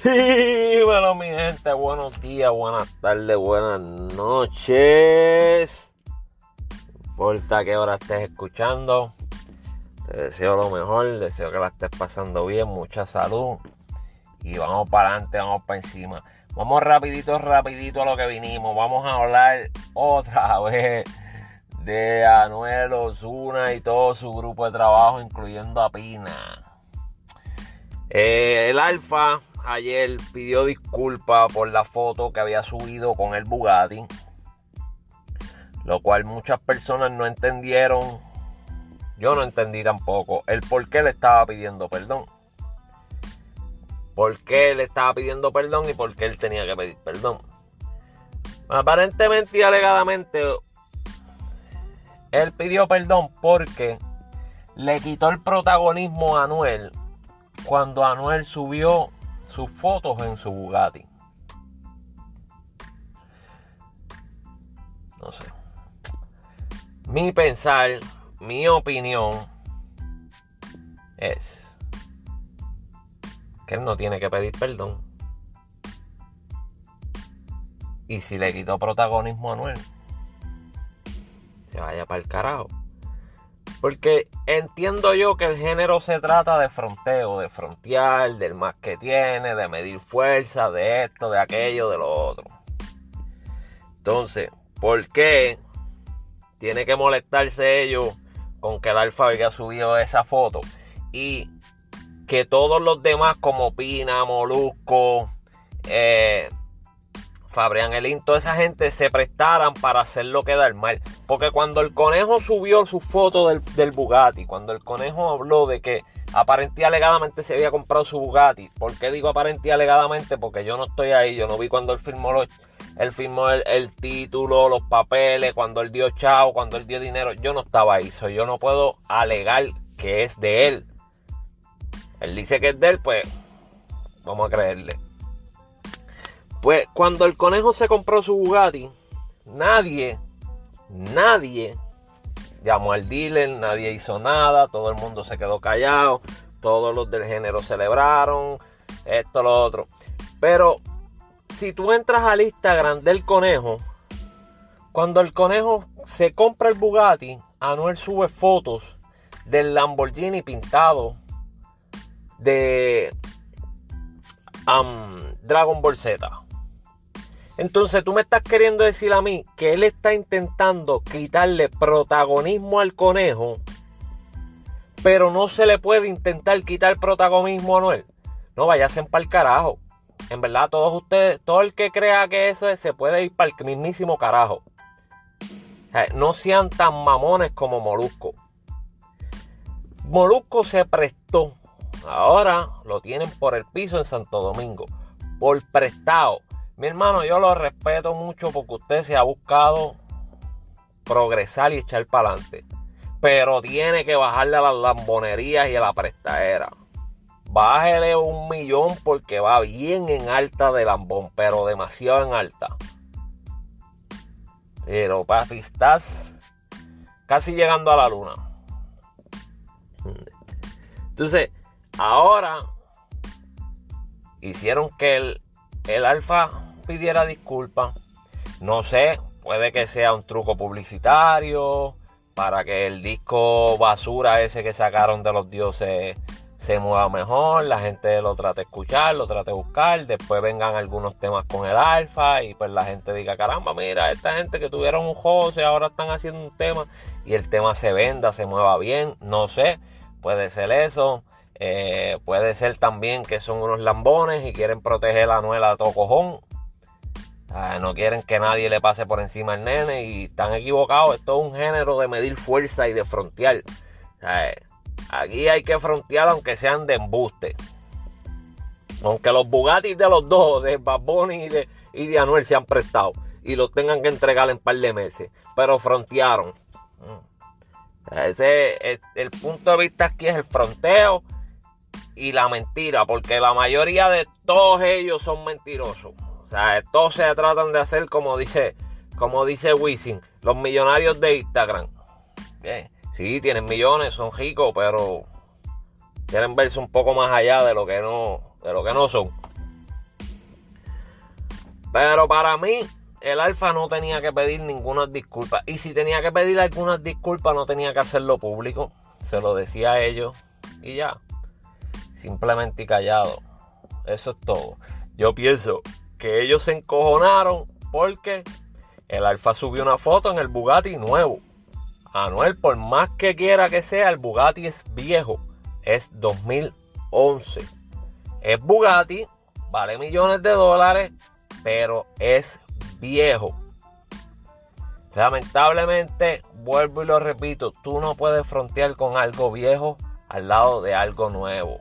Y bueno, mi gente, buenos días, buenas tardes, buenas noches. No importa qué hora estés escuchando, te deseo lo mejor, deseo que la estés pasando bien, mucha salud. Y vamos para adelante, vamos para encima. Vamos rapidito a lo que vinimos. Vamos a hablar otra vez de Anuel, Ozuna y todo su grupo de trabajo, incluyendo a Pina. El Alfa ayer pidió disculpas por la foto que había subido con el Bugatti, lo cual muchas personas no entendieron. Yo no entendí tampoco el por qué le estaba pidiendo perdón. ¿Por qué le estaba pidiendo perdón y por qué él tenía que pedir perdón? Aparentemente y alegadamente, él pidió perdón porque le quitó el protagonismo a Anuel cuando Anuel subió sus fotos en su Bugatti. No sé. Mi pensar, mi opinión es que él no tiene que pedir perdón. Y si le quitó protagonismo a Anuel, se vaya para el carajo. Porque entiendo yo que el género se trata de fronteo, de frontear, del más que tiene, de medir fuerza, de esto, de aquello, de lo otro. Entonces, ¿por qué tiene que molestarse ellos con que el Alfa haya subido esa foto? Y que todos los demás como Pina, Molusco, Fabrián Elín, toda esa gente se prestaran para hacerlo quedar mal. Porque cuando el Conejo subió su foto del Bugatti, cuando el Conejo habló de que aparentemente y alegadamente se había comprado su Bugatti. ¿Por qué digo aparentemente y alegadamente? Porque yo no estoy ahí, yo no vi cuando él firmó el título, los papeles, cuando él dio chao, cuando él dio dinero. Yo no estaba ahí, yo no puedo alegar que es de él. Él dice que es de él, pues vamos a creerle. Pues cuando el Conejo se compró su Bugatti, nadie llamó al dealer, nadie hizo nada, todo el mundo se quedó callado, todos los del género celebraron, esto, lo otro. Pero si tú entras al Instagram del Conejo, cuando el Conejo se compra el Bugatti, Anuel sube fotos del Lamborghini pintado de Dragon Ball Z. Entonces tú me estás queriendo decir a mí que él está intentando quitarle protagonismo al Conejo, pero no se le puede intentar quitar protagonismo a Anuel. No, vayan para el carajo. En verdad, todos ustedes, todo el que crea que eso es, se puede ir para el mismísimo carajo. O sea, no sean tan mamones como Molusco. Molusco se prestó. Ahora lo tienen por el piso en Santo Domingo. Por prestado. Mi hermano, yo lo respeto mucho porque usted se ha buscado progresar y echar para adelante. Pero tiene que bajarle a las lambonerías y a la prestadera. Bájele 1 millón porque va bien en alta de lambón, pero demasiado en alta. Pero papi, estás casi llegando a la luna. Entonces, ahora hicieron que el Alfa pidiera disculpas. No sé, puede que sea un truco publicitario para que el disco basura ese que sacaron de los dioses se mueva mejor, la gente lo trate de escuchar, lo trate de buscar, después vengan algunos temas con el Alfa y pues la gente diga, caramba, mira, esta gente que tuvieron un José ahora están haciendo un tema y el tema se venda, se mueva bien. No sé, puede ser eso. Puede ser también que son unos lambones y quieren proteger a Anuel a todo cojón. No quieren que nadie le pase por encima al nene y están equivocados. Esto es un género de medir fuerza y de frontear. Aquí hay que frontear aunque sean de embuste. Aunque los Bugattis de los dos, de Bad Bunny y de Anuel, se han prestado y los tengan que entregar en un par de meses. Pero frontearon. El punto de vista aquí es el fronteo y la mentira, porque la mayoría de todos ellos son mentirosos. O sea, todos se tratan de hacer como dice Wisin, los millonarios de Instagram. Sí, tienen millones, son ricos, pero quieren verse un poco más allá de lo que no son. Pero para mí, el Alfa no tenía que pedir ninguna disculpa. Y si tenía que pedir algunas disculpas, no tenía que hacerlo público. Se lo decía a ellos y ya. Simplemente y callado. Eso es todo. Yo pienso que ellos se encojonaron porque el Alfa subió una foto en el Bugatti nuevo. Anuel, por más que quiera que sea, el Bugatti es viejo. Es 2011. Es Bugatti, vale millones de dólares, pero es viejo. Lamentablemente, vuelvo y lo repito, tú no puedes frontear con algo viejo al lado de algo nuevo.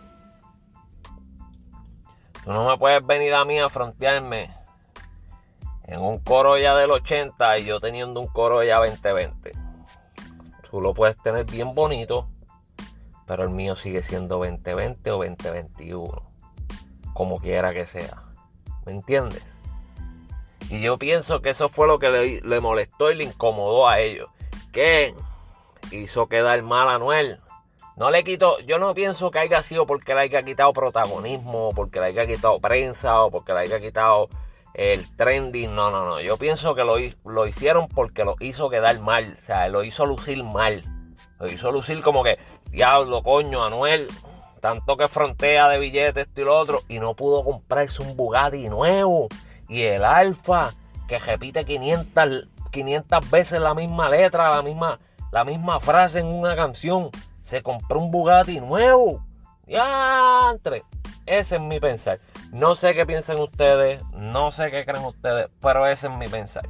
Tú no me puedes venir a mí a frontearme en un Corolla del 80 y yo teniendo un Corolla 2020. Tú lo puedes tener bien bonito, pero el mío sigue siendo 2020 o 2021. Como quiera que sea. ¿Me entiendes? Y yo pienso que eso fue lo que le molestó y le incomodó a ellos. Que hizo quedar mal a Anuel. No le quitó, yo no pienso que haya sido porque le haya quitado protagonismo, porque le haya quitado prensa o porque le haya quitado el trending. No. Yo pienso que lo hicieron porque lo hizo quedar mal. O sea, lo hizo lucir mal. Lo hizo lucir como que, diablo, coño, Anuel, tanto que frontea de billetes, esto y lo otro, y no pudo comprarse un Bugatti nuevo. Y el Alfa, que repite 500 veces la misma letra, la misma frase en una canción, se compró un Bugatti nuevo. ¡Diantre! Ese es mi pensar. No sé qué piensan ustedes, no sé qué creen ustedes, pero ese es mi pensar.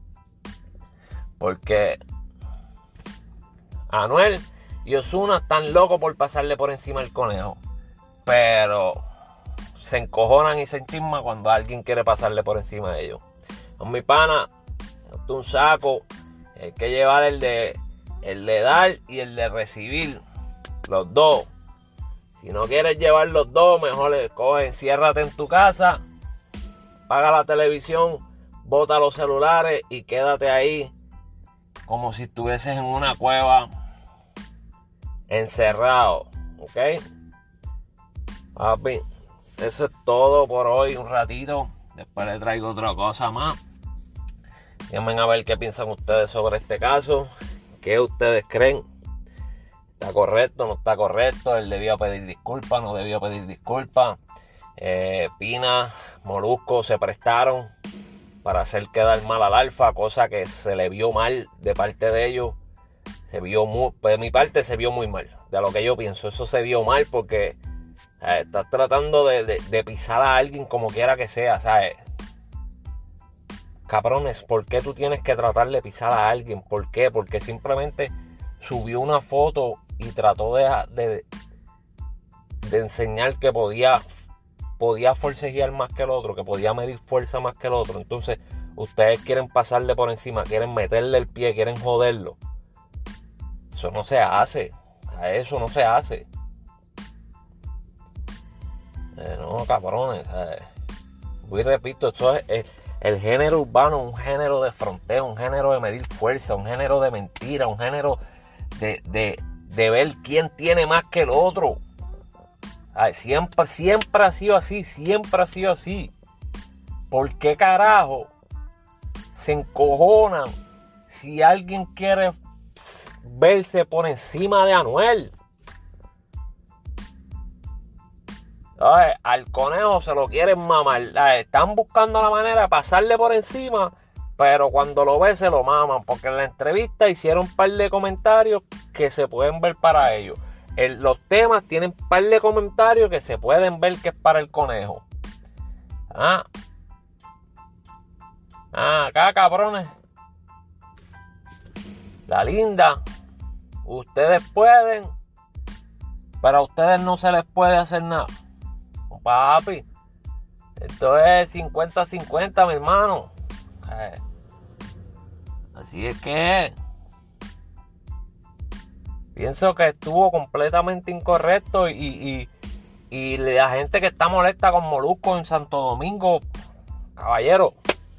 Porque Anuel y Ozuna están locos por pasarle por encima al conejo. Pero se encojonan y se enchisman cuando alguien quiere pasarle por encima de ellos. Con mi pana, un saco, hay que llevar el de dar y el de recibir. Los dos. Si no quieres llevar los dos, mejor coge, enciérrate en tu casa, apaga la televisión, bota los celulares y quédate ahí como si estuvieses en una cueva encerrado. ¿Ok? Papi, eso es todo por hoy, un ratito. Después les traigo otra cosa más. Déjenme a ver qué piensan ustedes sobre este caso. ¿Qué ustedes creen? ¿Está correcto? ¿No está correcto? ¿Él debió pedir disculpas? ¿No debió pedir disculpas? Pina, Molusco se prestaron para hacer quedar mal al Alfa, cosa que se le vio mal de parte de ellos. Pues de mi parte se vio muy mal, de lo que yo pienso. Eso se vio mal porque estás tratando de pisar a alguien como quiera que sea, ¿sabes? Cabrones, ¿por qué tú tienes que tratar de pisar a alguien? ¿Por qué? Porque simplemente subió una foto y trató de enseñar que podía forcejear más que el otro, que podía medir fuerza más que el otro. Entonces, ustedes quieren pasarle por encima, quieren meterle el pie, quieren joderlo. Eso no se hace. Eso no se hace. No, cabrones. Voy repito, esto es el género urbano, un género de fronteo, un género de medir fuerza, un género de mentira, un género de ver quién tiene más que el otro. Siempre ha sido así, siempre ha sido así. ¿Por qué carajo se encojonan si alguien quiere verse por encima de Anuel? Al conejo se lo quieren mamar. Están buscando la manera de pasarle por encima, pero cuando lo ve se lo maman, porque en la entrevista hicieron un par de comentarios que se pueden ver para ellos. Los temas tienen un par de comentarios que se pueden ver que es para el conejo. Acá, cabrones. La linda. Ustedes pueden, pero a ustedes no se les puede hacer nada. Papi, esto es 50-50, mi hermano. Así es que pienso que estuvo completamente incorrecto y la gente que está molesta con Molusco en Santo Domingo, caballero,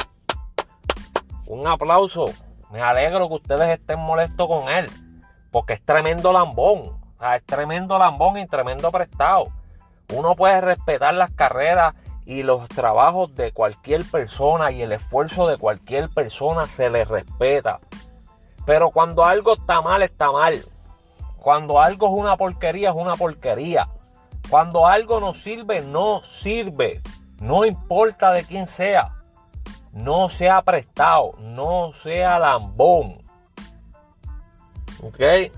un aplauso. Me alegro que ustedes estén molestos con él, porque es tremendo lambón. Es tremendo lambón y tremendo prestado. Uno puede respetar las carreras y los trabajos de cualquier persona y el esfuerzo de cualquier persona se les respeta. Pero cuando algo está mal, está mal. Cuando algo es una porquería, es una porquería. Cuando algo no sirve, no sirve. No importa de quién sea. No sea prestado, no sea lambón. ¿Ok?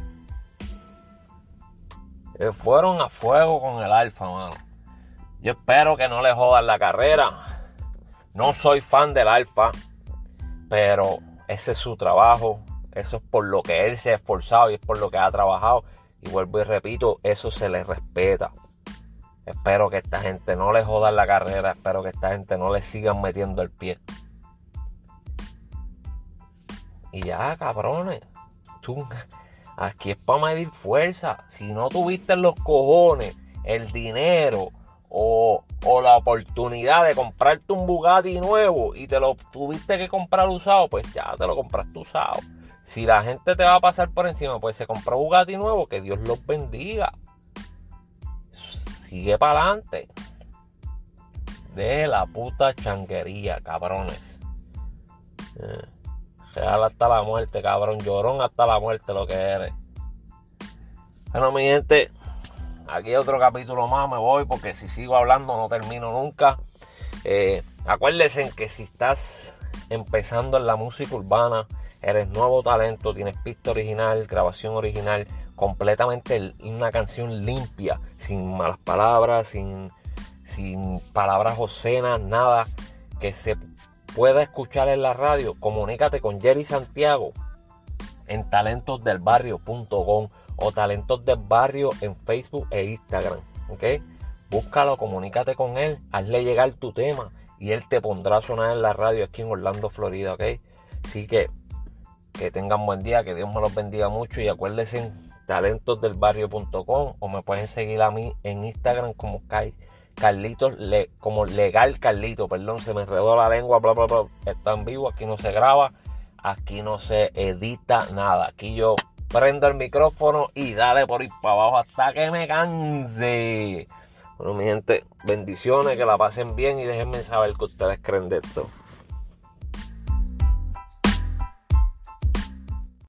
Fueron a fuego con el Alfa, mano. Yo espero que no le jodan la carrera. No soy fan del Alfa, pero ese es su trabajo. Eso es por lo que él se ha esforzado y es por lo que ha trabajado. Y vuelvo y repito, eso se le respeta. Espero que esta gente no le jodan la carrera. Espero que esta gente no le sigan metiendo el pie. Y ya, cabrones. Aquí es para medir fuerza. Si no tuviste los cojones, el dinero o la oportunidad de comprarte un Bugatti nuevo y te lo tuviste que comprar usado, pues ya te lo compraste usado. Si la gente te va a pasar por encima, pues se compró Bugatti nuevo, que Dios los bendiga. Sigue para adelante. De la puta changuería, cabrones. Real hasta la muerte, cabrón. Llorón hasta la muerte lo que eres. Bueno, mi gente, aquí otro capítulo más. Me voy porque si sigo hablando no termino nunca. Acuérdense que si estás empezando en la música urbana, eres nuevo talento, tienes pista original, grabación original, completamente una canción limpia, sin malas palabras, sin palabras obscenas, nada, que se pueda escuchar en la radio, comunícate con Jerry Santiago en talentosdelbarrio.com o Talentos del Barrio en Facebook e Instagram, ¿ok? Búscalo, comunícate con él, hazle llegar tu tema y él te pondrá a sonar en la radio aquí en Orlando, Florida, ¿ok? Así que tengan buen día, que Dios me los bendiga mucho y acuérdense en talentosdelbarrio.com o me pueden seguir a mí en Instagram como Carlitos, como Legal Carlito, perdón, se me enredó la lengua, bla, bla, bla. Está en vivo, aquí no se graba, aquí no se edita nada. Aquí yo prendo el micrófono y dale por ir para abajo hasta que me canse. Bueno, mi gente, bendiciones, que la pasen bien y déjenme saber qué ustedes creen de esto.